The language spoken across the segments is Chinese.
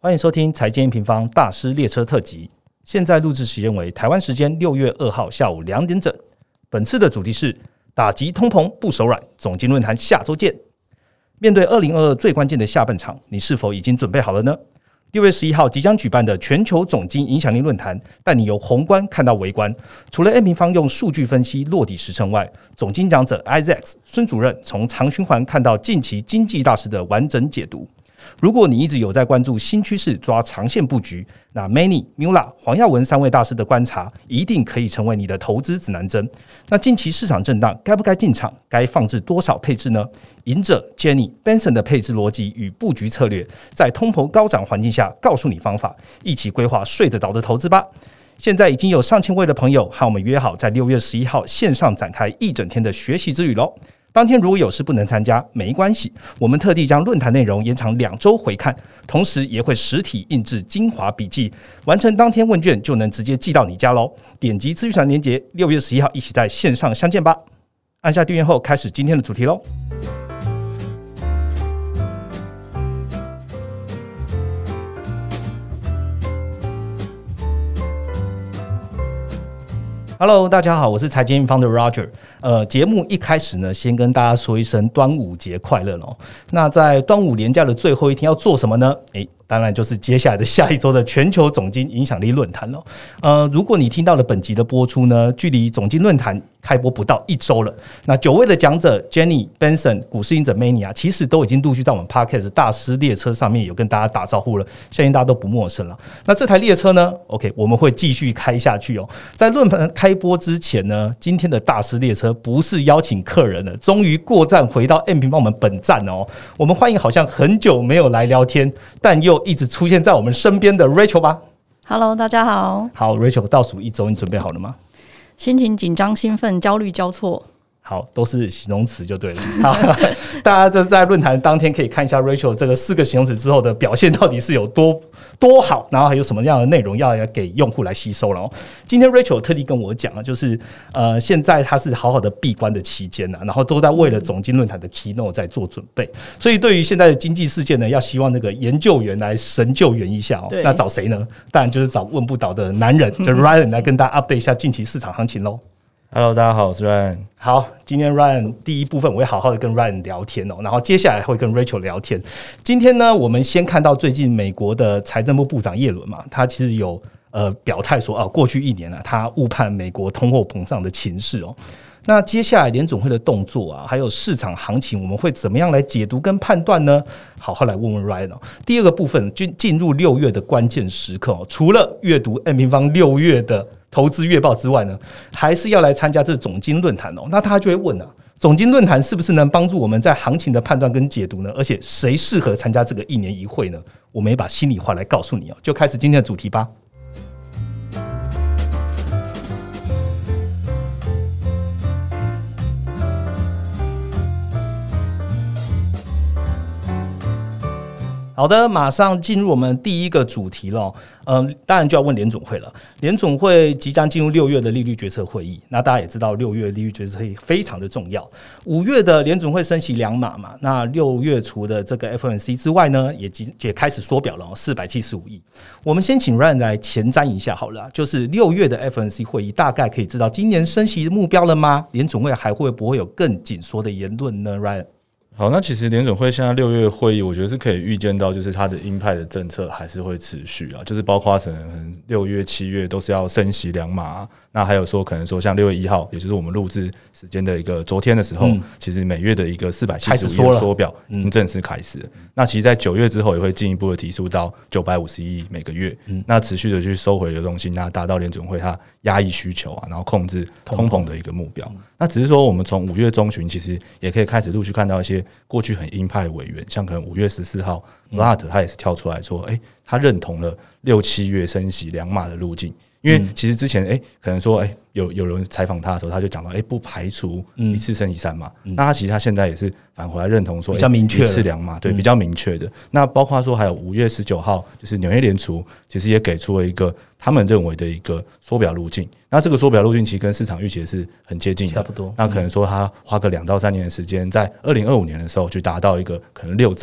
欢迎收听财经平方大师列车特辑。现在录制时间为台湾时间6月2号下午2点整。本次的主题是打击通膨不手软，总经论坛下周见。面对2022最关键的下半场，你是否已经准备好了呢？6月11号即将举办的全球总经影响力论坛，带你由宏观看到微观。除了 M 平方用数据分析落底时程外，总经讲者 Isaac 孙主任从长循环看到近期经济大势的完整解读。如果你一直有在关注新趋势抓长线布局，那 Manny、Mula、黄耀文3位大师的观察一定可以成为你的投资指南针。那近期市场震荡，该不该进场？该放置多少配置呢？赢者 Jenny、Benson 的配置逻辑与布局策略，在通膨高涨环境下告诉你方法，一起规划睡得着的投资吧。现在已经有上千位的朋友和我们约好在6月11号线上展开一整天的学习之旅咯。当天如果有事不能参加没关系，我们特地将论坛内容延长2周回看，同时也会实体印制精华笔记，完成当天问卷就能直接寄到你家咯。点击资讯栏连结，6月11号一起在线上相见吧。按下订阅后开始今天的主题咯。Hello， 大家好，我是财经方的 Roger。节目一开始呢，先跟大家说一声端午节快乐咯。那在端午连假的最后一天要做什么呢？当然就是接下来的下一周的全球总经影响力论坛了。如果你听到了本集的播出呢，距离总经论坛开播不到1周了。那9位的讲者 Jenny、Benson、股市赢者 Mania 其实都已经陆续在我们 Podcast 大师列车上面有跟大家打招呼了，相信大家都不陌生了。那这台列车呢 ，OK， 我们会继续开下去哦。在论坛开播之前呢，今天的大师列车不是邀请客人了，终于过站回到 M 平方我们本站哦。我们欢迎好像很久没有来聊天，但又一直出现在我们身边的 Rachel 吧。 Hello， 大家好。 好 ，Rachel， 倒数1周，你准备好了吗？ 心情紧张、兴奋、焦虑交错。 好，都是形容词就对了。好，大家就在论坛当天可以看一下 Rachel 这个4个形容词之后的表现到底是有多好，然后还有什么样的内容要给用户来吸收了。今天 Rachel 特地跟我讲了，就是现在他是好好的闭关的期间然后都在为了总经论坛的 keynote 在做准备，所以对于现在的经济事件呢，要希望那个研究员来神救援一下那找谁呢？当然就是找问不倒的男人，就 Ryan 来跟大家 update 一下近期市场行情咯。 Hello， 大家好，我是 Ryan。 好，今天 Ryan 第一部分我会好好的跟 Ryan 聊天然后接下来会跟 Rachel 聊天。今天呢，我们先看到最近美国的财政部部长耶伦嘛，他其实有表态说过去1年他误判美国通货膨胀的情势那接下来联准会的动作还有市场行情，我们会怎么样来解读跟判断呢？好好来问问 Ryan 第二个部分进入6月的关键时刻除了阅读 M 平方6月的投资月报之外呢，还是要来参加这总经论坛那他就会问总经论坛是不是能帮助我们在行情的判断跟解读呢？而且谁适合参加这个1年1会呢？我们也把心里话来告诉你就开始今天的主题吧。好的，马上进入我们第一个主题了。当然就要问联准会了。联准会即将进入6月的利率决策会议，那大家也知道6月利率决策会议非常的重要。5月的联准会升息2码嘛，那6月除的这个 FOMC 之外呢，也开始缩表了475亿。我们先请 Ryan 来前瞻一下好了，就是6月的 FOMC 会议大概可以知道今年升息的目标了吗？联准会还会不会有更紧缩的言论呢 ？Ryan？ 好，那其实联准会现在6月会议，我觉得是可以预见到，就是它的鹰派的政策还是会持续就是包括可能6月、7月都是要升息2码那还有说可能说像6月1号，也就是我们录制时间的一个昨天的时候，其实每月的一个475亿的缩表已经正式开始了。那其实在9月之后也会进一步的提速到950亿每个月，那持续的去收回流动性，那达到联准会它压抑需求然后控制通膨的一个目标。那只是说我们从5月中旬其实也可以开始陆续看到一些过去很鹰派的委员，像可能5月14号 Vlad 他也是跳出来说他认同了6、7月升息2码的路径。因为其实之前可能说有人采访他的时候，他就讲到不排除一次升息3码那他其实他现在也是返回来认同说比较明确一次2码对比较明确的。那包括说还有5月19号就是纽约联储其实也给出了一个他们认为的一个缩表路径，那这个缩表路径其实跟市场预期是很接近的， 差不多。 那可能说他花个2到3年的时间，在2025年的时候去达到一个可能6兆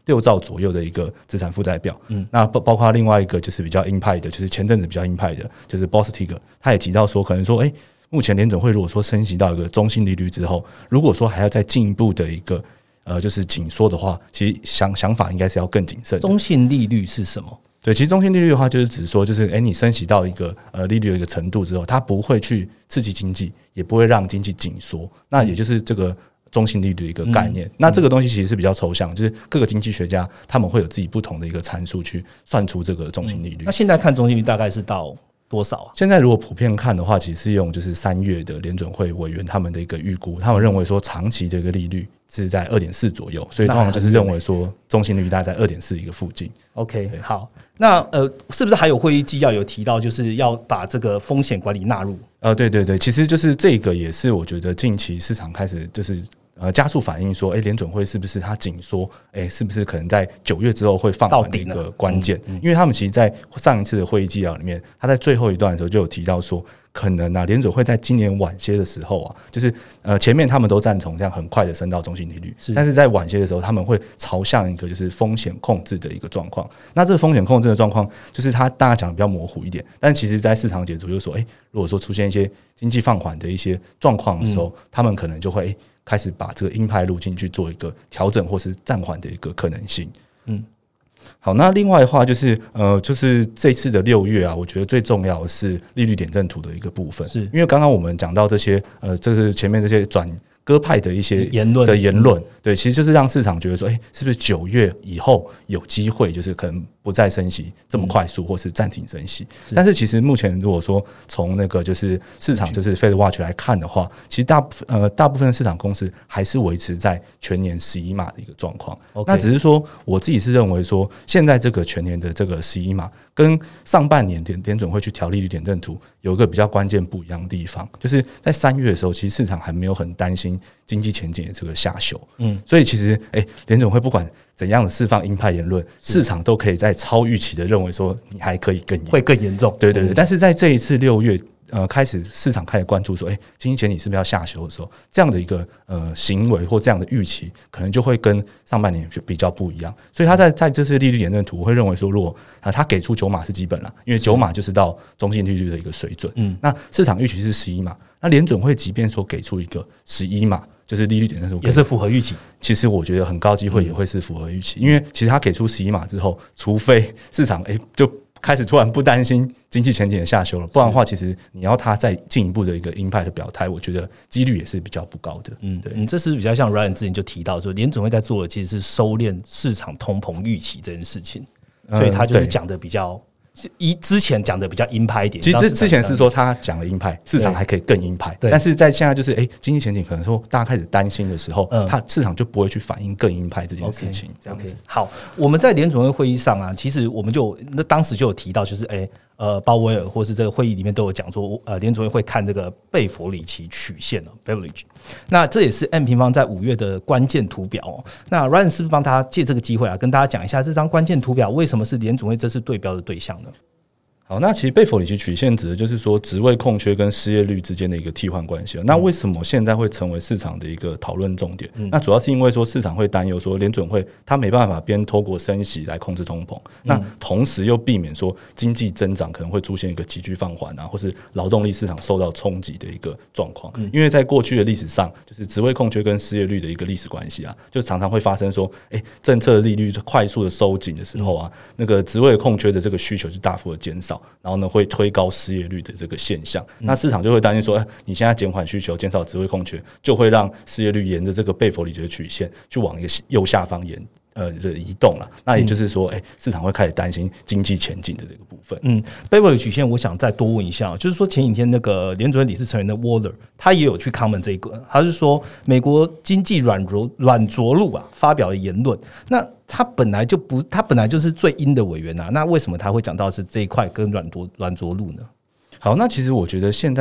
6兆左右的一个资产负债表。那包括另外一个就是比较鹰派的，就是前阵子比较鹰派的，就是 Bostic， 他也提到说，可能说，目前联准会如果说升息到一个中性利率之后，如果说还要再进一步的一个就是紧缩的话，其实想法应该是要更谨慎。 中性利率是什么？ 对，其实中性利率的话，就是指说，就是你升息到一个利率的一个程度之后，它不会去刺激经济，也不会让经济紧缩，那也就是这个中性利率的一个概念。那这个东西其实是比较抽象，就是各个经济学家他们会有自己不同的一个参数去算出这个中性利率。 那现在看中性利率大概是到多少啊？ 现在如果普遍看的话，其实是用就是3月的联准会委员他们的一个预估，他们认为说长期的一个利率是在 2.4 左右，所以通常就是认为说中性利率大概在 2.4 一个附近。 OK， 好，那是不是还有会议纪要有提到，就是要把这个风险管理纳入？ 对对对，其实就是这个也是我觉得近期市场开始就是加速反应说，联准会是不是它紧缩，是不是可能在9月之后会放缓的一个关键？因为他们其实在上一次的会议纪要里面，他在最后一段的时候就有提到说，可能联准会在今年晚些的时候啊，就是前面他们都赞同这样很快的升到中性利率，但是在晚些的时候，他们会朝向一个就是风险控制的一个状况。那这个风险控制的状况，就是他大家讲的比较模糊一点，但其实在市场解读就是说，如果说出现一些经济放缓的一些状况的时候，他们可能就会开始把这个鹰派路径去做一个调整或是暂缓的一个可能性。好，那另外的话就是就是这次的6月啊，我觉得最重要的是利率点阵图的一个部分，是因为刚刚我们讲到这些这是前面这些转鸽派的一些言论，对，其实就是让市场觉得说，是不是9月以后有机会，就是可能不再升息这么快速，或是暂停升息。但是其实目前如果说从那个就是市场就是 Fed Watch 来看的话，其实大部分的市场公司还是维持在全年11码的一个状况。那只是说我自己是认为说，现在这个全年的这个11码跟上半年联准会去调利率点阵图有一个比较关键不一样的地方，就是在3月的时候，其实市场还没有很担心经济前景的这个下修，所以其实联准会不管怎样的释放鹰派言论，市场都可以在超预期的认为说你还可以会更严重， 对对对。但是在这一次6月开始市场开始关注说，经济前景是不是要下修的时候，这样的一个行为或这样的预期，可能就会跟上半年就比较不一样。所以他在这次利率点阵图，我会认为说，如果他给出9码是基本了，因为9码就是到中性利率的一个水准。那市场预期是11码，那联准会即便说给出一个11码。就是利率点阵图也是符合预期， 其实我觉得很高机会也会是符合预期，因为其实他给出11码之后，除非市场就开始突然不担心经济前景的下修了，不然的话，其实你要他再进一步的一个鹰派的表态，我觉得几率也是比较不高的。 对，这是比较像 Ryan 之前就提到说，联准会在做的其实是收敛市场通膨预期这件事情，所以他就是讲的比较。之前讲的比较鹰派一点， 其实之前是说他讲了鹰派，市场还可以更鹰派，但是在现在就是经济前景可能说大家开始担心的时候，他市场就不会去反映更鹰派这件事情。这样子。 好，我们在联准会会议上啊，其实我们当时就有提到，就是鲍威尔或是这个会议里面都有讲说，联准会会看这个贝弗里奇曲线Beveridge， 那这也是 M 平方在5月的关键图表那 Ryan 是不是帮大家借这个机会跟大家讲一下这张关键图表为什么是联准会这次对标的对象呢？ 好，那其实贝弗里奇曲线指的就是说职位空缺跟失业率之间的一个替换关系。那为什么现在会成为市场的一个讨论重点？那主要是因为说市场会担忧说联准会它没办法边透过升息来控制通膨，那同时又避免说经济增长可能会出现一个急剧放缓或是劳动力市场受到冲击的一个状况。因为在过去的历史上，就是职位空缺跟失业率的一个历史关系就常常会发生说，政策利率快速的收紧的时候那个职位空缺的这个需求就大幅的减少。然后呢，会推高失业率的这个现象，那市场就会担心说，你现在减缓需求、减少职位空缺，就会让失业率沿着这个贝弗里奇的曲线去往一个右下方这移动了。那也就是说，市场会开始担心经济前景的这个部分。 贝弗里曲线，我想再多问一下，就是说前几天那个联准会理事成员的 Waller， 他也有去 comment 这一个，他是说美国经济软着陆发表的言论，那他本来就是最鹰的委员那为什么他会讲到是这一块跟软着陆呢？ 好，那其实我觉得现在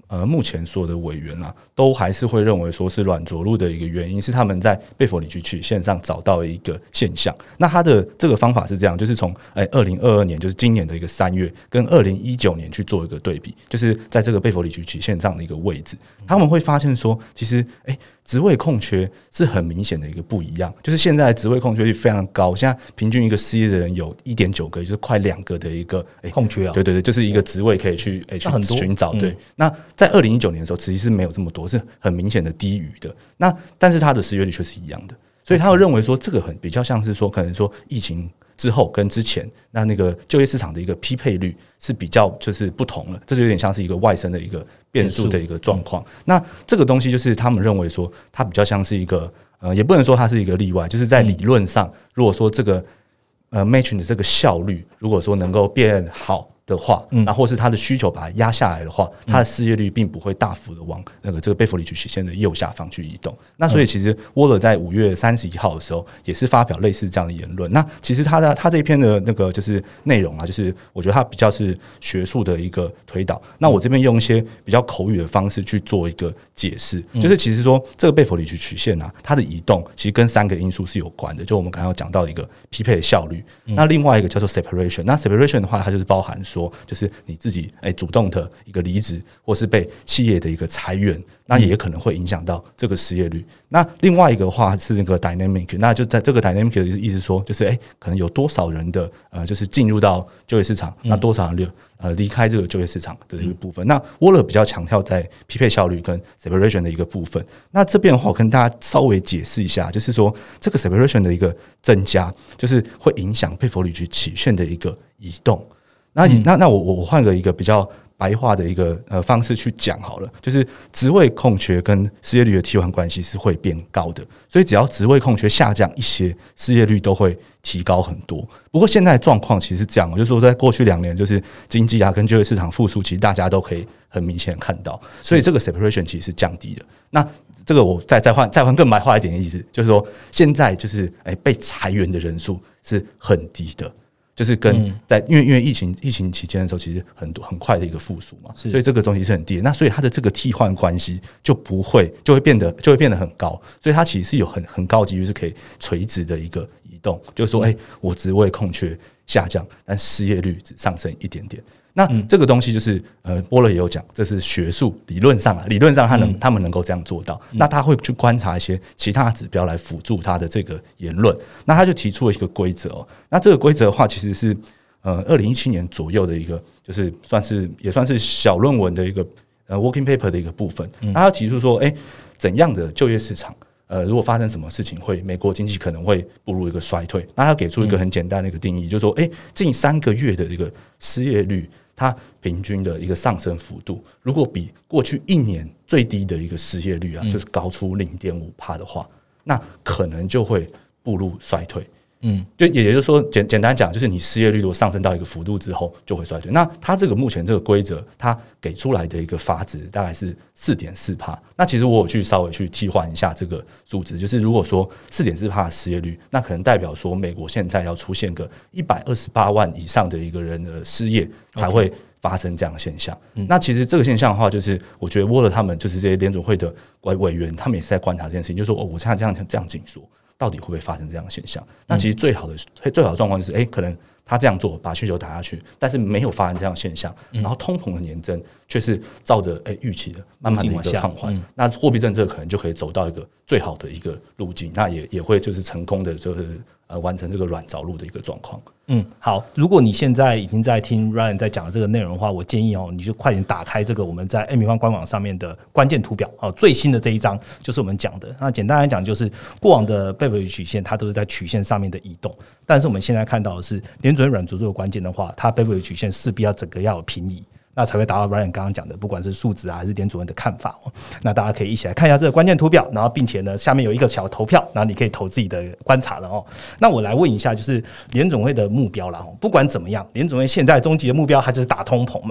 目前所有的委员都还是会认为说是软着陆的一个原因是他们在贝弗里区曲线上找到了一个现象。那他的这个方法是这样，就是从2022年，就是今年的一个3月，跟2019年去做一个对比，就是在这个贝弗里区曲线上的一个位置，他们会发现说，其实职位空缺是很明显的一个不一样，就是现在的职位空缺率非常高，现在平均一个失业的人有 1.9 个，就是快2个的一个空缺啊， 对，就是一个职位可以去寻找。对，那在2019年的时候，其实是没有这么多，是很明显的低于的。那但是它的失业率却是一样的，所以他会认为说，这个比较像是说，可能说疫情之后跟之前，那个就业市场的一个匹配率是比较就是不同了，这就有点像是一个外生的一个变数的一个状况。那这个东西就是他们认为说，它比较像是一个也不能说它是一个例外，就是在理论上，如果说这个matching 的这个效率，如果说能够变好的话，那或是他的需求把它压下来的话，他的失业率并不会大幅的往这个贝弗里区曲线的右下方去移动。那所以其实沃勒在5月31号的时候也是发表类似这样的言论。那其实他这一篇的那个就是内容就是我觉得他比较是学术的一个推导。那我这边用一些比较口语的方式去做一个解释，就是其实说这个贝弗里区曲线它的移动其实跟3个因素是有关的，就我们刚刚讲到一个匹配的效率，那另外一个叫做 separation。那 separation 的话，它就是包含说就是你自己主动的一个离职，或是被企业的一个裁员，那也可能会影响到这个失业率。那另外一个话是那个 dynamic， 那就在这个 dynamic 的意思说，就是可能有多少人的就是进入到就业市场，那多少人离开这个就业市场的一个部分。那沃勒比较强调在匹配效率跟 separation 的一个部分。那这边的话，我跟大家稍微解释一下，就是说这个 separation 的一个增加，就是会影响贝弗里区曲线的一个移动。那我换一个比较白话的一个方式去讲好了，就是职位空缺跟失业率的替换关系是会变高的，所以只要职位空缺下降一些，失业率都会提高很多。不过现在的状况其实是这样，就是说在过去2年，就是经济跟就业市场复苏，其实大家都可以很明显看到，所以这个 separation 其实是降低的。那这个我再换更白话一点的意思，就是说现在就是被裁员的人数是很低的。就是跟因为疫情期间的时候，其实很快的一个复苏嘛，所以这个东西是很低的。那所以它的这个替换关系就会变得很高，所以它其实是有很高几率是可以垂直的一个移动，就是说，我职位空缺下降，但失业率只上升一点点。那这个东西就是波勒也有讲，这是学术理论上他们能够这样做到。那他会去观察一些其他指标来辅助他的这个言论。那他就提出了一个规则那这个规则的话，其实是2017年左右的一个，就是也算是小论文的一个working paper 的一个部分。那他提出说，怎样的就业市场？如果发生什么事情，美国经济可能会步入一个衰退。那他给出一个很简单的一个定义，就是说，近3个月的一个失业率，它平均的一个上升幅度，如果比过去1年最低的一个失业率就是高出 0.5% 的话，那可能就会步入衰退。就也就是说，简单讲，就是你失业率如果上升到一个幅度之后，就会衰退。那它这个目前这个规则，它给出来的一个阀值大概是 4.4%。那其实我有稍微去替换一下这个数值，就是如果说 4.4% 的失业率，那可能代表说美国现在要出现个128万以上的一个人的失业才会发生这样的现象。那其实这个现象的话，就是我觉得沃勒他们就是这些联准会的委员，他们也是在观察这件事情，就是说我现在这样紧缩，到底会不会发生这样的现象？那其实最好的状况就是，可能他这样做把需求打下去，但是没有发生这样的现象，然后通膨的年增却是照着预期的慢慢的一个放缓，那货币政策可能就可以走到一个最好的一个路径，那也会就是成功的就是完成这个软着陆的一个状况。 好，如果你现在已经在听 Ryan 在讲这个内容的话，我建议你就快点打开这个我们在 A 米方官网上面的关键图表最新的这一张就是我们讲的。那简单来讲，就是过往的贝弗里曲线它都是在曲线上面的移动，但是我们现在看到的是联准会软着陆的关键的话，它贝弗里曲线势必要整个要有平移，那才会达到 Ryan 刚刚讲的，不管是数值还是联准会的看法那大家可以一起来看一下这个关键图表，然后并且呢，下面有一个小投票，然后你可以投自己的观察了那我来问一下，就是联准会的目标啦不管怎么样，联准会现在终极的目标它就是打通膨嘛。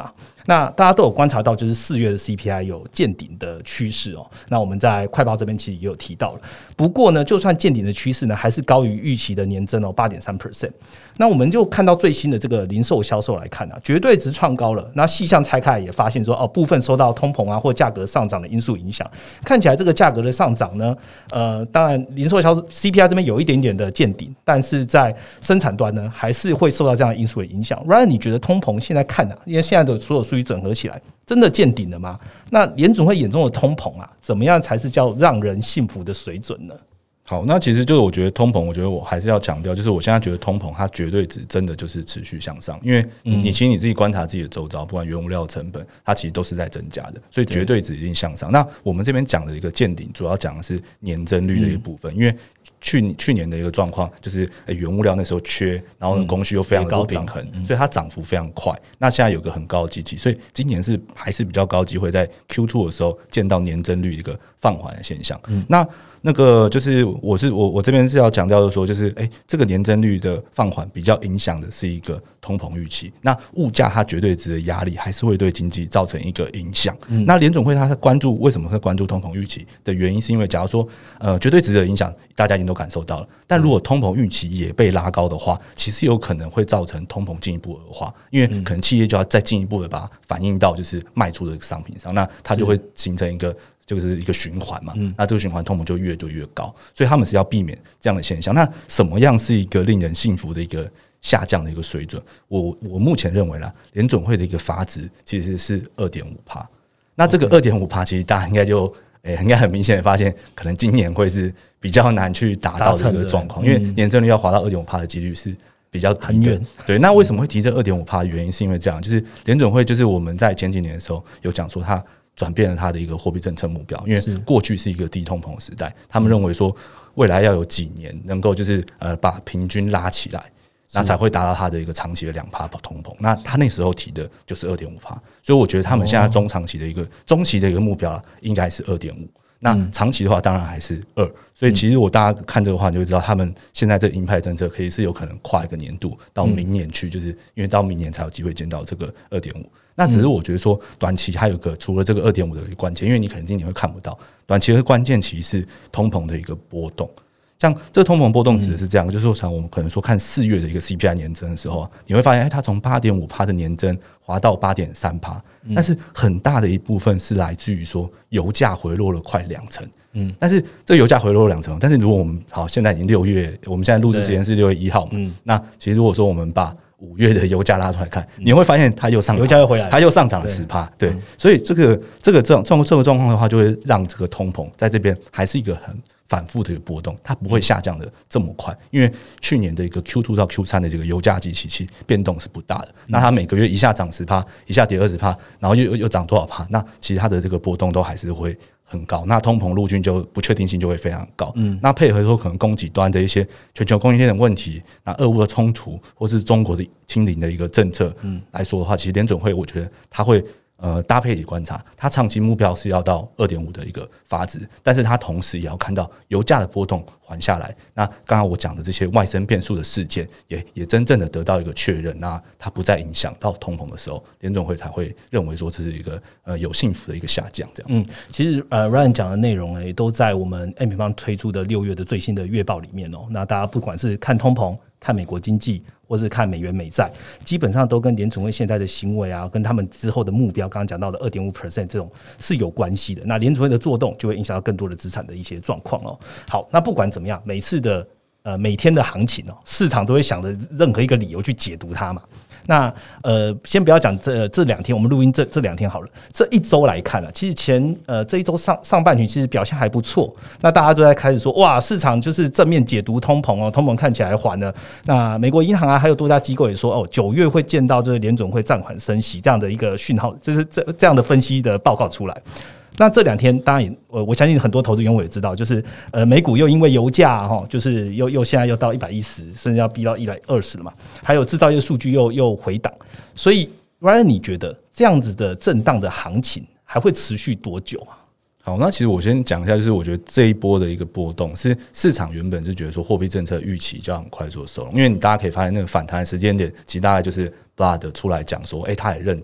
那大家都有观察到，就是4月的 CPI 有见顶的趋势哦。那我们在快报这边其实也有提到了。不过呢，就算见顶的趋势呢，还是高于预期的年增哦 8.3%。那我们就看到最新的这个零售销售来看啊，绝对值创高了。那细项拆开也发现说，部分受到通膨啊或价格上涨的因素影响。看起来这个价格的上涨呢，当然零售销售 CPI 这边有一点点的见顶，但是在生产端呢，还是会受到这样的因素的影响。Ryan， 你觉得通膨现在看啊，因为现在的所有数据整合起来，真的见顶了吗？那联准会眼中的通膨啊，怎么样才是叫让人信服的水准呢？ 好，那其实就是我觉得通膨，我觉得我还是要强调，就是我现在觉得通膨它绝对值真的就是持续向上，因为你其实你自己观察自己的周遭，不管原物料成本，它其实都是在增加的，所以绝对值一定向上。那我们这边讲的一个见顶，主要讲的是年增率的一部分，因为去年的一个状况就是原物料那时候缺，然后呢供需又非常的不平衡，所以它涨幅非常快。那现在有个很高的基期，所以今年是还是比较高机会在 Q2 的时候见到年增率一个放缓的现象。那个就是我这边是要强调的说，就是这个年增率的放缓比较影响的是一个通膨预期。那物价它绝对值的压力还是会对经济造成一个影响。那联准会它关注为什么会关注通膨预期的原因，是因为假如说绝对值的影响大家已经都感受到了，但如果通膨预期也被拉高的话，其实有可能会造成通膨进一步恶化，因为可能企业就要再进一步的把它反映到就是卖出的商品上，那它就会形成一个就是一个循环嘛，那这个循环通膨就越对越高，所以他们是要避免这样的现象。那什么样是一个令人信服的一个下降的一个水准？我目前认为啦，联准会的一个阀值其实是 2.5%。那这个 2.5% 其实大家应该就应该很明显的发现，可能今年会是比较难去达到的一个状况，因为年增率要滑到 2.5% 的几率是比较低的。对，那为什么会提这 2.5% 的原因是因为这样，就是联准会就是我们在前几年的时候有讲说它转变了它的一个货币政策目标，因为过去是一个低通膨的时代，他们认为说未来要有几年能够就是把平均拉起来，那才会达到它的一个长期的2%通膨。那他那时候提的就是 2.5%， 所以我觉得他们现在中期的一个目标应该是 2.5%。那长期的话当然还是2%，所以其实大家看这个话，你就会知道他们现在这鹰派政策可以是有可能跨一个年度到明年去，就是因为到明年才有机会见到这个 2.5%。那只是我觉得说短期还有个除了这个 2.5% 的一个关键，因为你可能今年会看不到，短期的关键其实是通膨的一个波动。像这个通膨波动指的是这样，就是说我们可能说看4月的一个 CPI 年增的时候，你会发现它从 8.5% 的年增滑到 8.3%，但是很大的一部分是来自于说油价回落了快20%。但是这油价回落了20%，但是如果我们现在已经6月，我们现在录制时间是6月1号嘛，那其实如果说我们把5月的油价拉出来看，你会发现它又上涨，油价又回来，它又上涨了10%。对，所以这个状况的话，就会让这个通膨在这边还是一个很反复的一个波动，它不会下降的这么快，因为去年的一个 Q2 到 Q3 的这个油价基期变动是不大的，那它每个月一下涨10%，一下跌20%，然后又涨多少%，那其实它的这个波动都还是会很高，那通膨路径就不确定性就会非常高。那配合说可能供给端的一些全球供应链的问题，那俄乌的冲突，或是中国的清零的一个政策来说的话，其实联准会我觉得它会搭配一起观察，它长期目标是要到 2.5% 的一个阀值，但是它同时也要看到油价的波动缓下来。那刚刚我讲的这些外生变数的事件也真正的得到一个确认，那它不再影响到通膨的时候，联准会才会认为说这是一个有幸福的一个下降。这样， 其实Ryan 讲的内容也都在我们 M 平方推出的6月的最新的月报里面哦。那大家不管是看通膨、看美国经济，或是看美元美债，基本上都跟联准会现在的行为啊，跟他们之后的目标，刚刚讲到的 2.5% 这种是有关系的。那联准会的作动就会影响到更多的资产的一些状况哦。好，那不管怎么样，每次的每天的行情哦，市场都会想着任何一个理由去解读它嘛。那先不要讲这两天，我们录音这两天好了。这一周来看啊，其实这一周上半旬其实表现还不错。那大家都在开始说，哇，市场就是正面解读通膨哦，通膨看起来缓了。那美国银行啊，还有多家机构也说，9月会见到这个联准会暂缓升息这样的一个讯号，就是这样的分析的报告出来。那这两天当然也我相信很多投资人我也知道，就是美股又因为油价就是又现在又到110，甚至要逼到120了嘛，还有制造业数据又回档，所以 Ryan 你觉得这样子的震荡的行情还会持续多久啊？ 好，那其实我先讲一下，就是我觉得这一波的一个波动是市场原本就觉得说货币政策预期就要很快速的收拢，因为大家可以发现那个反弹的时间点，其实大概就是 Blood 出来讲说，他也认同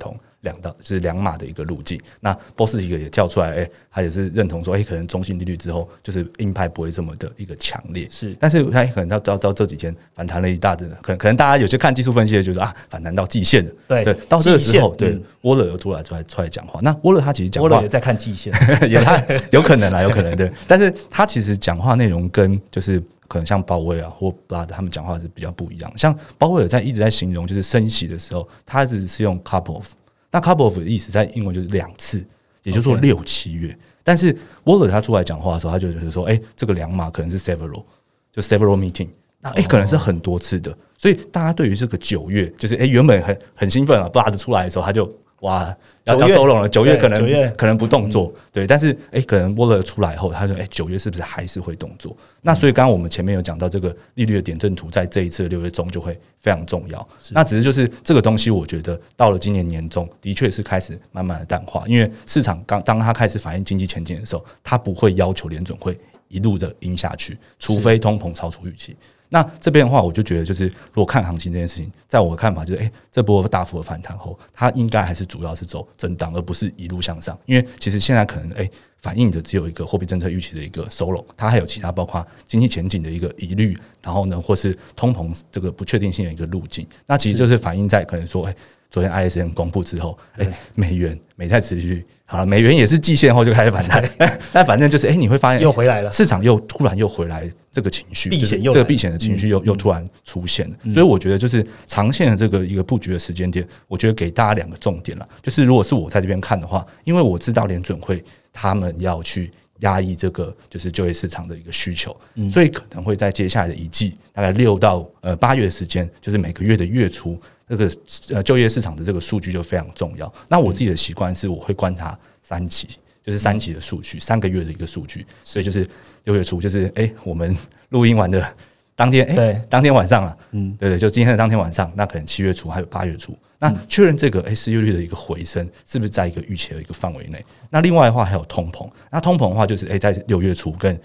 就是两码的一个路径。那波斯提克也跳出来，他也是认同说，可能中性利率之后，就是鹰派不会这么的一个强烈。 是， 但是他可能到这几天反弹了一大阵，可能大家有些看技术分析的觉得反弹到季线了。对，到这个时候，对沃勒又出来讲话。那沃勒他其实讲话， 沃勒也在看季线， 也他有可能啦，有可能对。但是他其实讲话内容跟就是可能像鲍威尔或布拉德他们讲话是比较不一样。像鲍威尔一直在形容就是升息的时候，他只是用 couple of。那 couple of 的意思在英文就是2次，也就是说6、7月。但是沃勒他出来讲话的时候，他就觉得说，这个两码可能是 several meeting， 那可能是很多次的。所以大家对于这个9月，就是原本很兴奋啊，布拉德出来的时候，他就哇要收拢了，9月可能不动作，对，但是可能沃勒出来后，他说9月是不是还是会动作？那所以刚刚我们前面有讲到这个利率的点阵图，在这一次的6月中就会非常重要。那只是就是这个东西，我觉得到了今年年中，的确是开始慢慢的淡化，因为市场当它开始反映经济前景的时候，它不会要求联准会一路的鹰下去，除非通膨超出预期。那这边的话，我就觉得就是如果看行情这件事情，在我的看法就是这波大幅的反弹后，它应该还是主要是走震荡，而不是一路向上。因为其实现在可能反映的只有一个货币政策预期的一个收拢，它还有其他包括经济前景的一个疑虑，然后呢或是通膨这个不确定性的一个路径。那其实就是反映在可能说昨天 ISM 公布之后，美债殖利率好了，美元也是季线后就开始反弹，但反正就是你会发现又回来了， 市场又突然又回来这个情绪，就是这个避险的情绪又突然出现了。所以我觉得就是长线的这个一个布局的时间点，我觉得给大家2个重点啦。就是如果是我在这边看的话，因为我知道联准会他们要去压抑这个就是就业市场的一个需求，所以可能会在接下来的一季大概6到8月的时间，就是每个月的月初，这个就业市场的这个数据就非常重要。那我自己的习惯是我会观察3期，就是3期的数据，3个月的一个数据。所以就是6月初，就是我们录音完的当天，当天晚上啊，对，就今天的当天晚上，那可能7月初还有8月初。那确认这个失业率的一个回升是不是在一个预期的一个范围内？那另外的话还有通膨，那通膨的话就是在6月初跟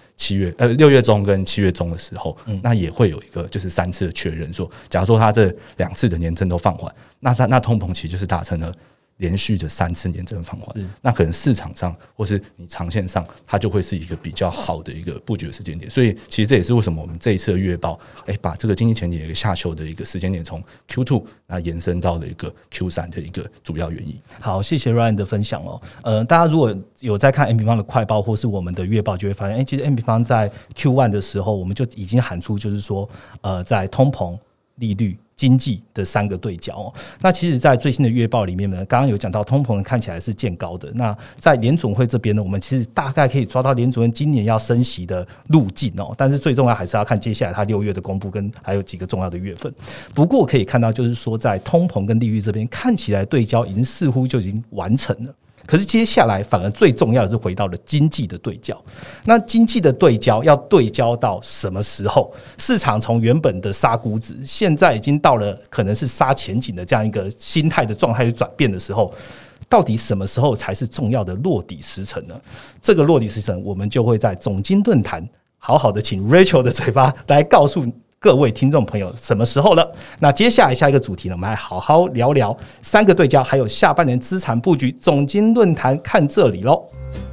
6月中跟7月中的时候，那也会有一个就是3次的确认，说假如说它这2次的年增都放缓，那通膨其实就是达成了连续的3次年增放缓，那可能市场上或是你长线上，它就会是一个比较好的一个布局的时间点。所以其实这也是为什么我们这一次的月报，把这个经济前景的一个下修的一个时间点从 Q2 那延伸到了一个 Q3 的一个主要原因。 好，谢谢 Ryan 的分享哦。大家如果有在看 M 平方的快报或是我们的月报，就会发现，其实 M 平方在 Q1 的时候，我们就已经喊出，就是说，在通膨、利率、经济的3个对角那其实在最新的月报里面呢，刚刚有讲到通膨看起来是见高的，那在联准会这边呢，我们其实大概可以抓到联准会今年要升息的路径但是最重要还是要看接下来它6月的公布跟还有几个重要的月份。不过可以看到就是说，在通膨跟利率这边看起来对焦似乎就已经完成了，可是接下来反而最重要的是回到了经济的对焦。那经济的对焦要对焦到什么时候？市场从原本的杀估值，现在已经到了可能是杀前景的这样一个心态的状态去转变的时候，到底什么时候才是重要的落底时程呢？这个落底时程，我们就会在总经论坛好好的请 Rachel 的嘴巴来告诉各位听众朋友什么时候了。那接下来下一个主题呢，我们来好好聊聊3个对焦，还有下半年资产布局。总经论坛看这里咯。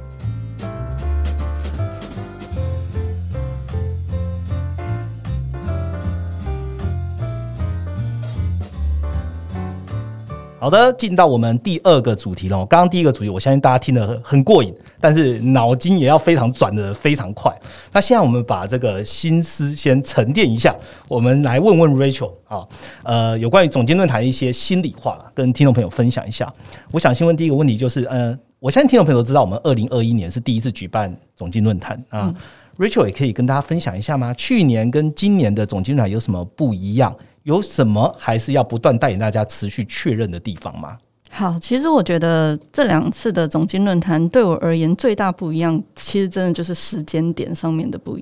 好的，进到我们第2个主题了。刚刚第1个主题，我相信大家听得很过瘾，但是脑筋也要非常转得非常快。那现在我们把这个心思先沉淀一下，我们来问问 Rachel 有关于总经论坛一些心里话啦，跟听众朋友分享一下。我想先问第一个问题，就是我相信听众朋友都知道，我们2021年是第一次举办总经论坛啊。Rachel 也可以跟大家分享一下吗？去年跟今年的总经论坛有什么不一样？有什么还是要不断带领大家持续确认的地方吗？ 好，其实我觉得这2次的总经论坛对我而言最大不一样，其实真的就是时间点上面的不一样。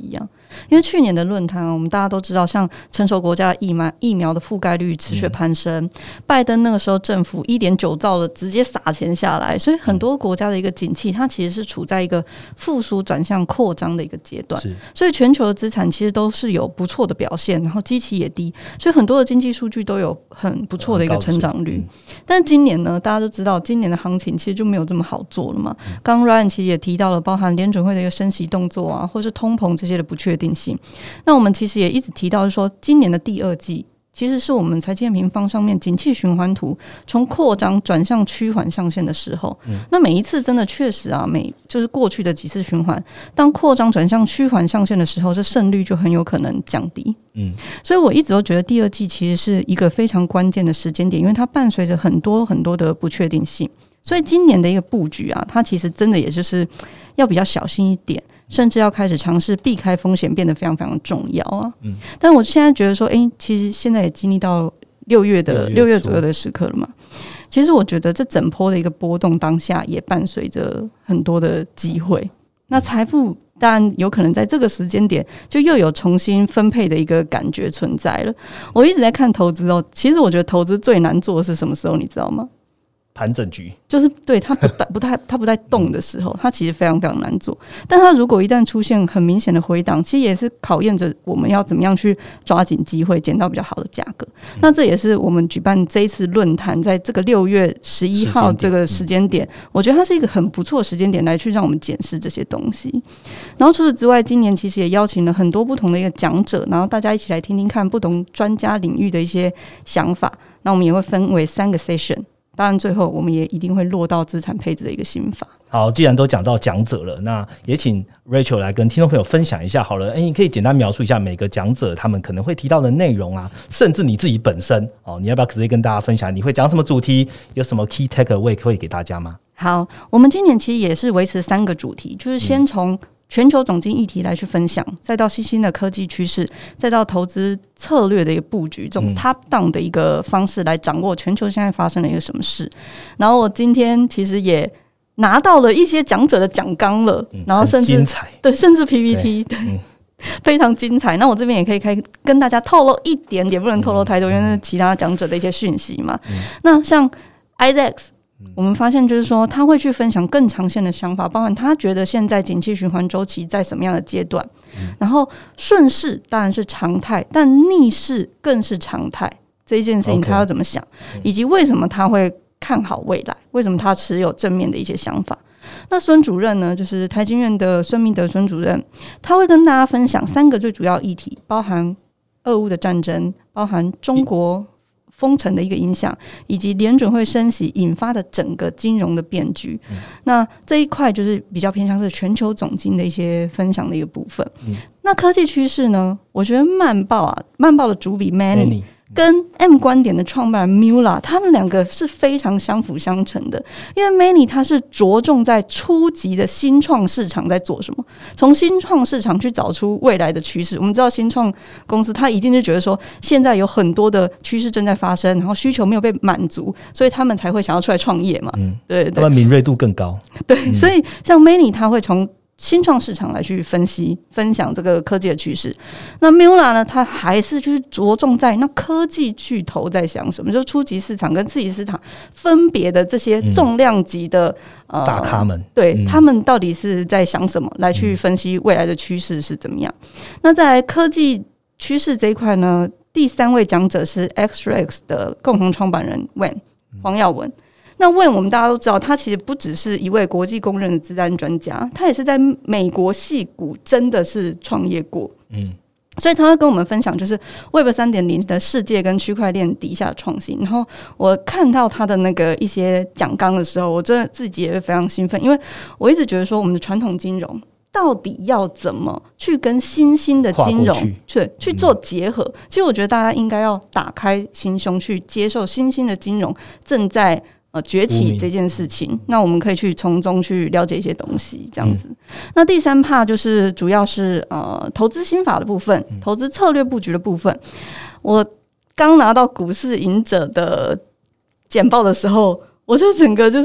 因为去年的论坛我们大家都知道，像成熟国家的疫苗的覆盖率持续攀升，拜登那个时候政府1.9兆的直接撒钱下来，所以很多国家的一个景气它其实是处在一个复苏转向扩张的一个阶段，所以全球的资产其实都是有不错的表现，然后基期也低，所以很多的经济数据都有很不错的一个成长率。但今年呢，大家都知道今年的行情其实就没有这么好做了嘛。刚 Ryan 其实也提到了包含联准会的一个升息动作啊，或是通膨这些的不确定性。那我们其实也一直提到说，今年的第二季其实是我们财经平方上面景气循环图从扩张转向趋缓上线的时候，那每一次真的确实啊，就是过去的几次循环，当扩张转向趋缓上线的时候，这胜率就很有可能降低。所以我一直都觉得第二季其实是一个非常关键的时间点，因为它伴随着很多很多的不确定性。所以今年的一个布局啊，它其实真的也就是要比较小心一点，甚至要开始尝试避开风险，变得非常非常重要啊。但我现在觉得说，其实现在也经历到6月左右的时刻了嘛。其实我觉得这整波的一个波动当下，也伴随着很多的机会。那财富当然有可能在这个时间点就又有重新分配的一个感觉存在了。我一直在看投资哦，其实我觉得投资最难做的是什么时候，你知道吗？ 盘整局， 就是对它不太动的时候，它其实非常非常难做。但它如果一旦出现很明显的回档，其实也是考验着我们要怎么样去抓紧机会，捡到比较好的价格。那这也是我们举办这一次论坛，在这个6月11号这个时间点，我觉得它是一个很不错的时间点来去让我们检视这些东西。然后除此之外，今年其实也邀请了很多不同的一个讲者，然后大家一起来听听看不同专家领域的一些想法。那我们也会分为3个 session。当然最后我们也一定会落到资产配置的一个心法。 好，既然都讲到讲者了，那也请 Rachel 来跟听众朋友分享一下好了。你可以简单描述一下每个讲者他们可能会提到的内容啊，甚至你自己本身你要不要直接跟大家分享你会讲什么主题，有什么 key takeaway 会给大家吗？ 好，我们今年其实也是维持3个主题，就是先从全球总经议题来去分享，再到新兴的科技趋势，再到投资策略的一个布局，这种 top down 的一个方式来掌握全球现在发生了一个什么事。然后我今天其实也拿到了一些讲者的讲纲了，然后甚至精彩， 对，甚至 PPT 对，非常精彩。那我这边也可以跟大家透露一点点，不能透露太多，因为是其他讲者的一些讯息嘛。那像 Isaac，我们发现就是说他会去分享更长线的想法，包含他觉得现在景气循环周期在什么样的阶段，然后顺势当然是常态，但逆势更是常态，这一件事情他要怎么想，以及为什么他会看好未来，为什么他持有正面的一些想法。那孙主任呢，就是台经院的孙明德孙主任，他会跟大家分享3个最主要议题，包含俄乌的战争，包含中国封城的一个影响，以及联准会升息引发的整个金融的变局。那这一块就是比较偏向是全球总经的一些分享的一个部分。那科技趋势呢，我觉得慢报的主笔 Manny跟 M 观点的创办人 Mula， 他们2个是非常相辅相成的。因为 Manny 他是着重在初级的新创市场在做什么，从新创市场去找出未来的趋势。我们知道新创公司他一定是觉得说现在有很多的趋势正在发生，然后需求没有被满足，所以他们才会想要出来创业嘛。对，他们敏锐度更高。 对，所以像 Manny 他会从新创市场来去分享这个科技的趋势。那 Mula 呢，他还是就是着重在那科技巨头在想什么，就是初级市场跟次级市场分别的这些重量级的大咖们， 对，他们到底是在想什么，来去分析未来的趋势是怎么样。那在科技趋势这一块呢，第3位讲者是 XREX 的共同创办人 Wen 黄耀文。那Wen我们大家都知道，他其实不只是一位国际公认的资安专家，他也是在美国矽谷真的是创业过。所以他会跟我们分享就是 Web 3.0 的世界跟区块链底下的创新。然后我看到他的那个一些讲纲的时候，我真的自己也非常兴奋，因为我一直觉得说我们的传统金融到底要怎么去跟新兴的金融去做结合。其实我觉得大家应该要打开心胸去接受新兴的金融正在崛起这件事情，那我们可以去从中去了解一些东西，这样子。那第3 part 就是主要是投资心法的部分，投资策略布局的部分。我刚拿到股市赢者的简报的时候，我就整个就是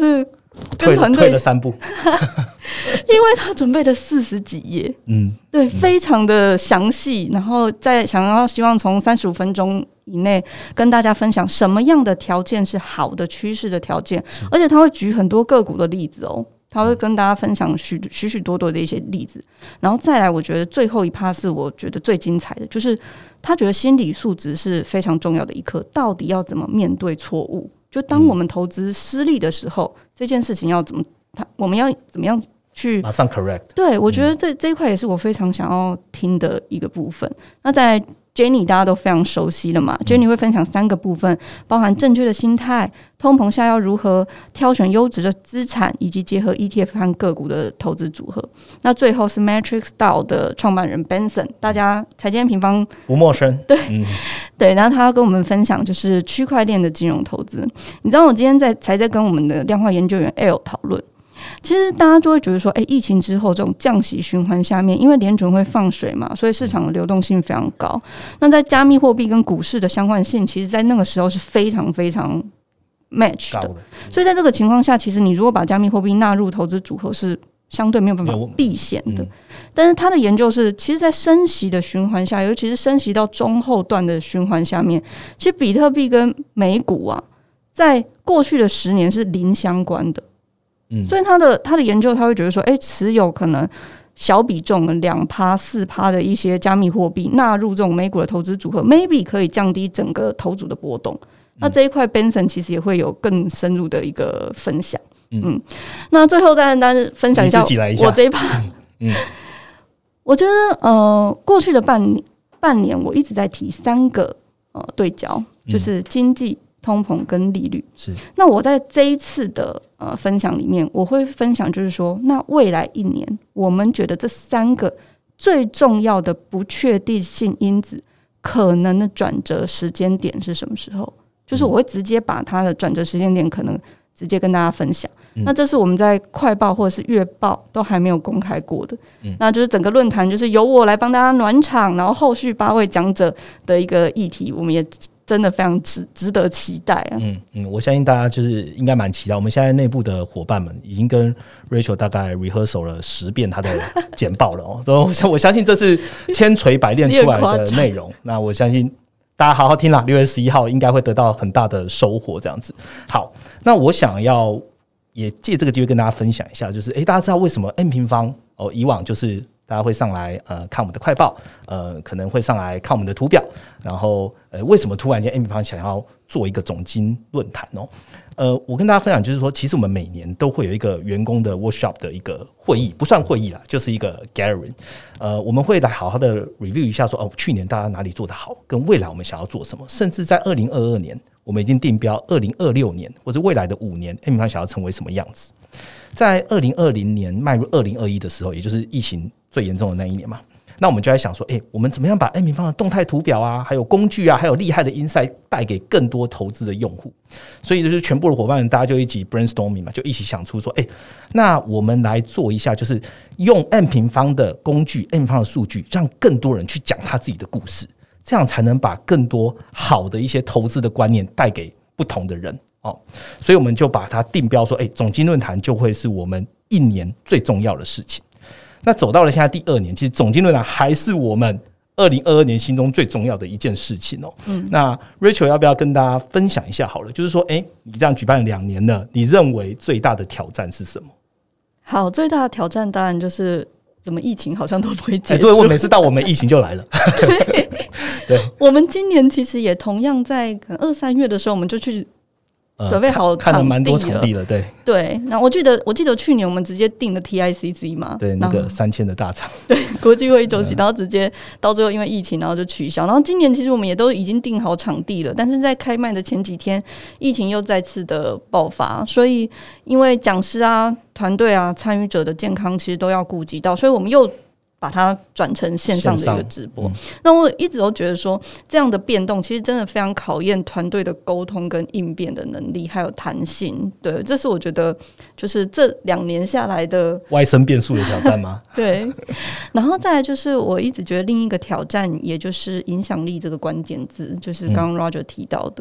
跟团队退了3步， 因为他准备了40几页，对，非常的详细，然后再希望从35分钟以内跟大家分享什么样的条件是好的趋势的条件，而且他会举很多个股的例子哦。他会跟大家分享许多的一些例子，然后再来，我觉得最后一趴是我觉得最精彩的，就是他觉得心理素质是非常重要的一课，到底要怎么面对错误？就当我们投资失利的时候，这件事情要我们要怎么样去马上 correct？ 对，我觉得这一块也是我非常想要听的一个部分。那在Jenny 大家都非常熟悉了嘛，Jenny 会分享3个部分，包含正确的心态、通膨下要如何挑选优质的资产，以及结合 ETF 和个股的投资组合。那最后是 Matrix DAO 的创办人 Benson， 大家财经平方不陌生， 对，对，然后他要跟我们分享就是区块链的金融投资。你知道我今天才在跟我们的量化研究员 L 讨论。其实大家就会觉得说，疫情之后这种降息循环下面，因为联准会放水嘛，所以市场的流动性非常高。那在加密货币跟股市的相关性，其实在那个时候是非常非常 match 的。所以在这个情况下，其实你如果把加密货币纳入投资组合，是相对没有办法避险的。但是他的研究是，其实，在升息的循环下，尤其是升息到中后段的循环下面，其实比特币跟美股啊，在过去的10年是零相关的。所以他的研究，他会觉得说，持有可能小比重的2%、4%的一些加密货币纳入这种美股的投资组合 ，maybe 可以降低整个投组的波动。那这一块 Benson 其实也会有更深入的一个分享。那最后再分享一下我这一趴。我觉得过去的半年，我一直在提3个对焦，就是经济、通膨跟利率。是。那我在这一次的分享里面，我会分享就是说，那未来1年，我们觉得这3个最重要的不确定性因子可能的转折时间点是什么时候？就是我会直接把它的转折时间点可能直接跟大家分享。那这是我们在快报或者是月报都还没有公开过的。那就是整个论坛就是由我来帮大家暖场，然后后续8位讲者的一个议题，我们也真的非常值得期待啊！ 我相信大家就是应该蛮期待。我们现在内部的伙伴们已经跟 Rachel 大概 rehearsal 了10遍他的简报了哦，所以我相信这是千锤百炼出来的内容。那我相信大家好好听啦，6月11号应该会得到很大的收获。这样子，好，那我想要也借这个机会跟大家分享一下，就是大家知道为什么 M 平方以往就是大家会上来看我们的快报，可能会上来看我们的图表，然后为什么突然间 M 平方想要做一个总经论坛哦？我跟大家分享就是说，其实我们每年都会有一个员工的 workshop 的一个会议，不算会议啦，就是一个 gathering。我们会来好好的 review 一下说，去年大家哪里做得好，跟未来我们想要做什么，甚至在2022年，我们已经定标2026年或者未来的5年 M 平方想要成为什么样子。在2020年迈入2021的时候，也就是疫情最严重的那一年嘛，那我们就在想说，我们怎么样把 M 平方的动态图表啊，还有工具啊，还有厉害的 insight 带给更多投资的用户。所以就是全部的伙伴大家就一起 brainstorming 嘛，就一起想出说，那我们来做一下，就是用 M 平方的工具 M 平方的数据，让更多人去讲他自己的故事，这样才能把更多好的一些投资的观念带给不同的人。所以我们就把它定标说，总经论坛就会是我们1年最重要的事情。那走到了现在第2年，其实总经论坛还是我们2022年心中最重要的一件事情哦。那 Rachel 要不要跟大家分享一下好了？就是说，你这样举办2年了，你认为最大的挑战是什么？ 好，最大的挑战当然就是怎么疫情好像都不会结束。 对，我每次到我们疫情就来了。 对，我们今年其实也同样在可能2、3月的时候，我们就去准备好看了蛮多场地了， 对。那我记得去年我们直接订了 TICC 嘛， 对，那个3000的大场， 对，国际会议中心，然后直接到最后因为疫情，然后就取消。然后今年其实我们也都已经订好场地了，但是在开卖的前几天，疫情又再次的爆发，所以因为讲师啊、团队啊、参与者的健康其实都要顾及到，所以我们又把它转成线上的一个直播。那我一直都觉得说，这样的变动其实真的非常考验团队的沟通跟应变的能力，还有弹性。对，这是我觉得就是这2年下来的外生变数的挑战吗？ 对。然后再来就是我一直觉得另一个挑战，也就是影响力这个关键字，就是刚刚 Roger 提到的。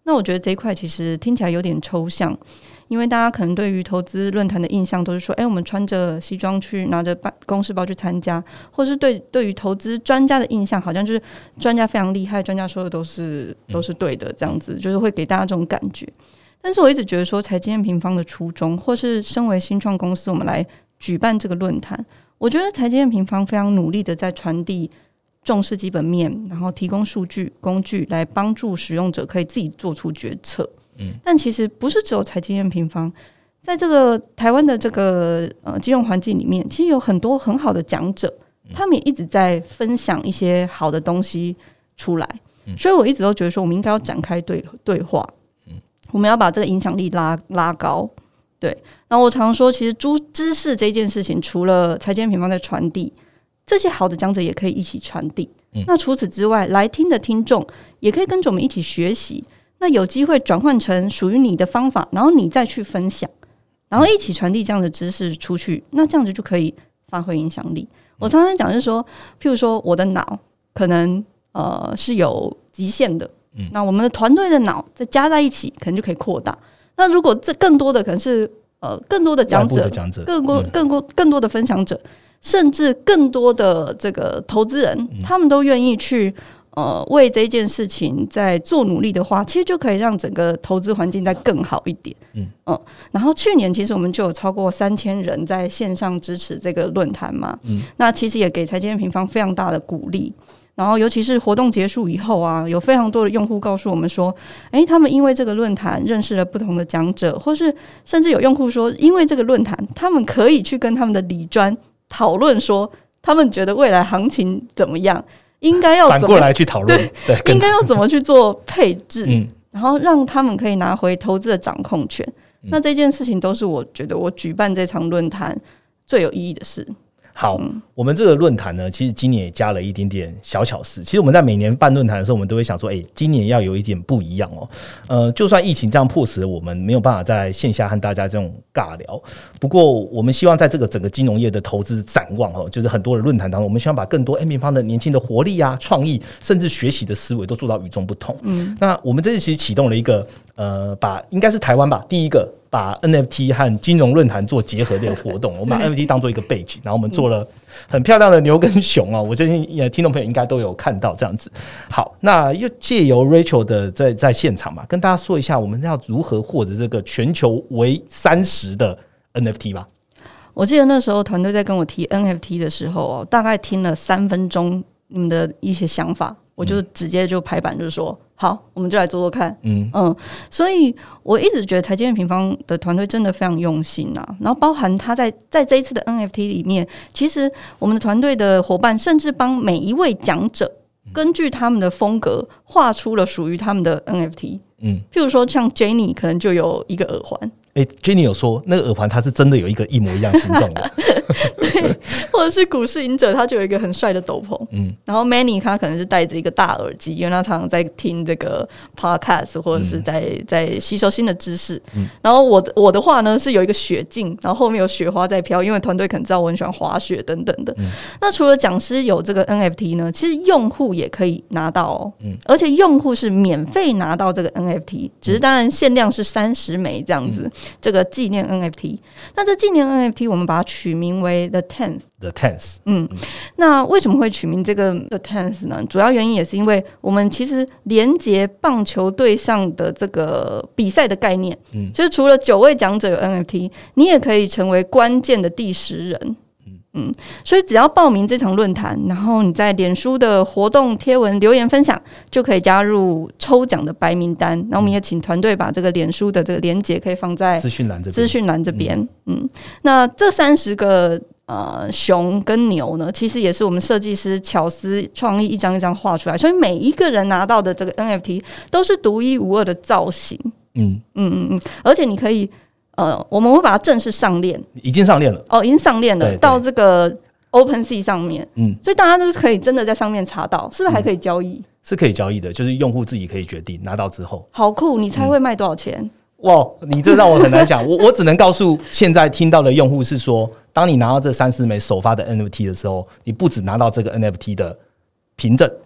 那我觉得这一块其实听起来有点抽象，因为大家可能对于投资论坛的印象都是说，我们穿着西装去拿着公事包去参加，或是对于投资专家的印象好像就是专家非常厉害，专家说的都是对的，这样子就是会给大家这种感觉。但是我一直觉得说，财经M平方的初衷，或是身为新创公司我们来举办这个论坛，我觉得财经M平方非常努力的在传递重视基本面，然后提供数据工具来帮助使用者可以自己做出决策。但其实不是只有财经M平方，在这个台湾的这个金融环境里面，其实有很多很好的讲者，他们也一直在分享一些好的东西出来。所以我一直都觉得说，我们应该要展开对话，我们要把这个影响力拉高。对，那我常说，其实知识这件事情，除了财经M平方在传递，这些好的讲者也可以一起传递。那除此之外，来听的听众也可以跟着我们一起学习。那有机会转换成属于你的方法，然后你再去分享，然后一起传递这样的知识出去，那这样子就可以发挥影响力。我常常讲就是说，譬如说我的脑可能是有极限的，那我们的团队的脑再加在一起，可能就可以扩大。那如果这更多的可能是更多的讲者，更多的分享者，甚至更多的这个投资人，他们都愿意去为这件事情在做努力的话，其实就可以让整个投资环境再更好一点。然后去年其实我们就有超过3000人在线上支持这个论坛嘛，那其实也给财经M平方非常大的鼓励。然后尤其是活动结束以后啊，有非常多的用户告诉我们说，他们因为这个论坛认识了不同的讲者，或是甚至有用户说，因为这个论坛，他们可以去跟他们的理专讨论说，他们觉得未来行情怎么样，应该要反过来去讨论，对， 应该要怎么去做配置，然后让他们可以拿回投资的掌控权。那这件事情都是我觉得我举办这场论坛最有意义的事。 好，我们这个论坛呢，其实今年也加了一点点小巧思。其实我们在每年办论坛的时候，我们都会想说，今年要有一点不一样哦。就算疫情这样迫使我们没有办法在线下和大家这种尬聊，不过我们希望在这个整个金融业的投资展望就是很多的论坛当中，我们希望把更多M平方的年轻的活力啊、创意，甚至学习的思维都做到与众不同。那我们这次其实启动了一个应该是台湾吧，第一个把 NFT 和金融论坛做结合的活动。我们把 NFT 当做一个背景，然后我们做了很漂亮的牛跟熊我相信听众朋友应该都有看到这样子。好，那又借由 Rachel 的在现场嘛，跟大家说一下我们要如何获得这个全球为30的 NFT 吧。 我记得那时候团队在跟我提 NFT 的时候大概听了3分钟你们的一些想法，我就直接就拍板就是说，好，我们就来做做看。所以我一直觉得财经M平方的团队真的非常用心啊。然后包含他在这一次的 NFT 里面，其实我们的团队的伙伴甚至帮每一位讲者根据他们的风格画出了属于他们的 NFT。譬如说像 Jenny 可能就有一个耳环。 Jenny 有说那个耳环它是真的有一个一模一样形状的。 对，或者是股市赢者他就有一个很帅的斗篷。然后 Manny 他可能是戴着一个大耳机，因为他常常在听这个 podcast 或者是在吸收新的知识。然后我的话呢是有一个雪镜，然后后面有雪花在飘，因为团队可能知道我很喜欢滑雪等等的。那除了讲师有这个 NFT 呢，其实用户也可以拿到而且用户是免费拿到这个 NFT， 只是当然限量是30枚这样子。这个纪念 NFT， 那这纪念 NFT 我们把它取名为 The Tenth。那为什么会取名这个 The Tenth 呢？主要原因也是因为我们其实连结棒球队上的这个比赛的概念，就是除了9位讲者有 NFT， 你也可以成为关键的第10人。所以只要报名这场论坛，然后你在脸书的活动贴文留言分享，就可以加入抽奖的白名单。然后我们也请团队把这个脸书的这个连结可以放在资讯栏这边。那这30个熊跟牛呢，其实也是我们设计师巧思创意一张一张画出来，所以每一个人拿到的这个 NFT 都是独一无二的造型。而且你可以我们会把它正式上链， 已经上链了已经上链了，到这个 OpenSea 上面。所以大家都可以真的在上面查到，是不是还可以交易？ 是可以交易的，就是用户自己可以决定拿到之后。 好酷！你猜会卖多少钱？ 哇，你这让我很难想。我只能告诉现在听到的用户是说，当你拿到这30枚首发的 NFT 的时候，你不只拿到这个 NFT 的凭证，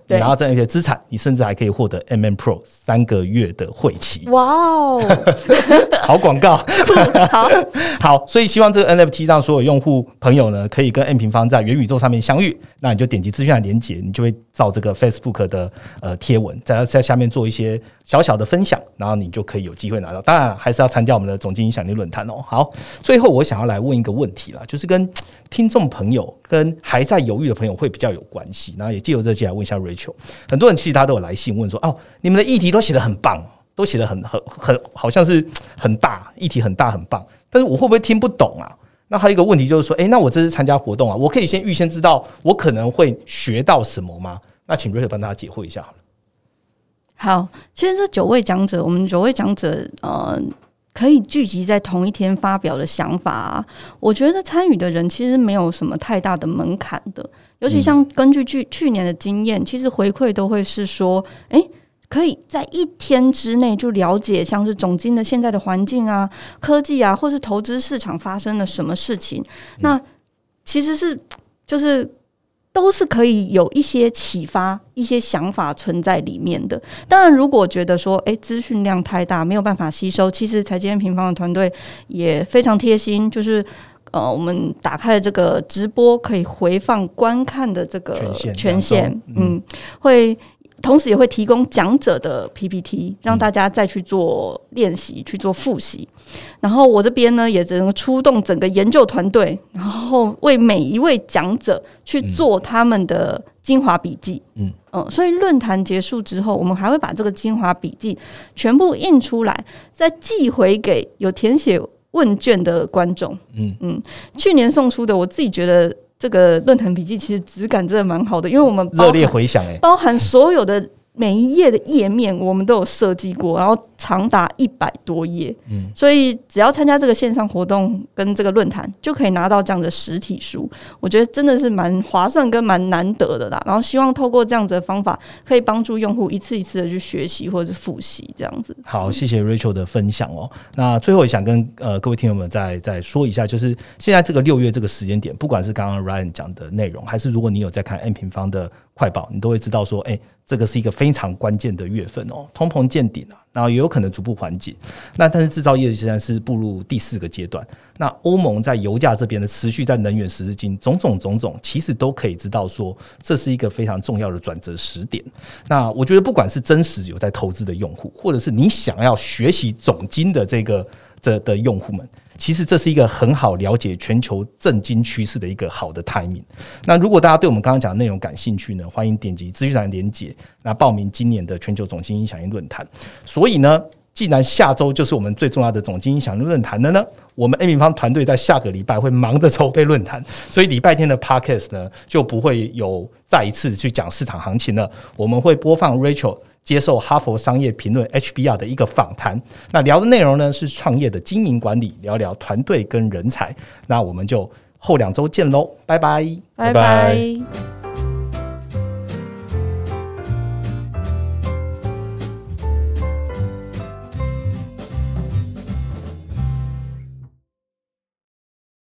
你拿到这 NFT 的资产，你甚至还可以获得 MM Pro 3个月的会期。 哇哦， 好广告，好，所以希望这个 NFT 让所有用户朋友呢，可以跟 M 平方在元宇宙上面相遇。那你就点击资讯栏连结，你就会照这个 Facebook 的贴文，在下面做一些小小的分享，然后你就可以有机会拿到。当然还是要参加我们的总经影响力论坛哦。好，最后我想要来问一个问题啦，就是跟听众朋友跟还在犹豫的朋友会比较有关系，然后也借由这机来问一下 Rachel。很多人其实他都有来信问说，哦，你们的议题都写得很棒，都写得很好像是很大议题，很大很棒，但是我会不会听不懂啊？那还有一个问题就是说，那我这次参加活动啊，我可以预先知道我可能会学到什么吗？那请 Rachel 帮大家解惑一下好了。 好，其实这9位讲者，我们9位讲者可以聚集在同一天发表的想法啊，我觉得参与的人其实没有什么太大的门槛的，尤其像根据去年的经验，其实回馈都会是说，可以在1天之内就了解像是总经的现在的环境啊、科技啊，或是投资市场发生了什么事情。那其实是就是都是可以有一些启发、一些想法存在里面的。当然，如果觉得说资讯量太大没有办法吸收，其实财经平方的团队也非常贴心，就是我们打开了这个直播可以回放观看的这个权限，会。同时也会提供讲者的 PPT， 让大家再去做练习、去做复习。然后我这边呢，也只能出动整个研究团队，然后为每一位讲者去做他们的精华笔记。所以论坛结束之后，我们还会把这个精华笔记全部印出来，再寄回给有填写问卷的观众。去年送出的，我自己觉得。这个论坛笔记其实质感真的蛮好的，因为我们热烈回响， 包含所有的每一页的页面我们都有设计过，然后长达100多页，所以只要参加这个线上活动跟这个论坛，就可以拿到这样的实体书。我觉得真的是蛮划算跟蛮难得的啦。然后希望透过这样子的方法，可以帮助用户一次一次的去学习或者是复习这样子。 好，谢谢 Rachel 的分享哦。那最后也想跟各位听友们再说一下，就是现在这个6月这个时间点，不管是刚刚 Ryan 讲的内容，还是如果你有在看 M 平方的快报，你都会知道说，这个是一个非常关键的月份哦，通膨见顶啊，然后也有可能逐步缓解。那但是制造业现在是步入第4个阶段，那欧盟在油价这边的持续在能源十字金种种，其实都可以知道说，这是一个非常重要的转折时点。那我觉得不管是真实有在投资的用户，或者是你想要学习总经的的用户们，其实这是一个很好了解全球政经趋势的一个好的 timing。那如果大家对我们刚刚讲的内容感兴趣呢，欢迎点击资讯栏连结，那报名今年的全球总经影响力论坛。所以呢，既然下周就是我们最重要的总经影响力论坛了呢，我们 M 平方团队在下个礼拜会忙着筹备论坛，所以礼拜天的 Podcast 呢就不会有再一次去讲市场行情了。我们会播放 Rachel接受哈佛商业评论 HBR 的一个访谈，那聊的内容呢是创业的经营管理，聊聊团队跟人才。那我们就后2周见喽，拜拜， 拜拜。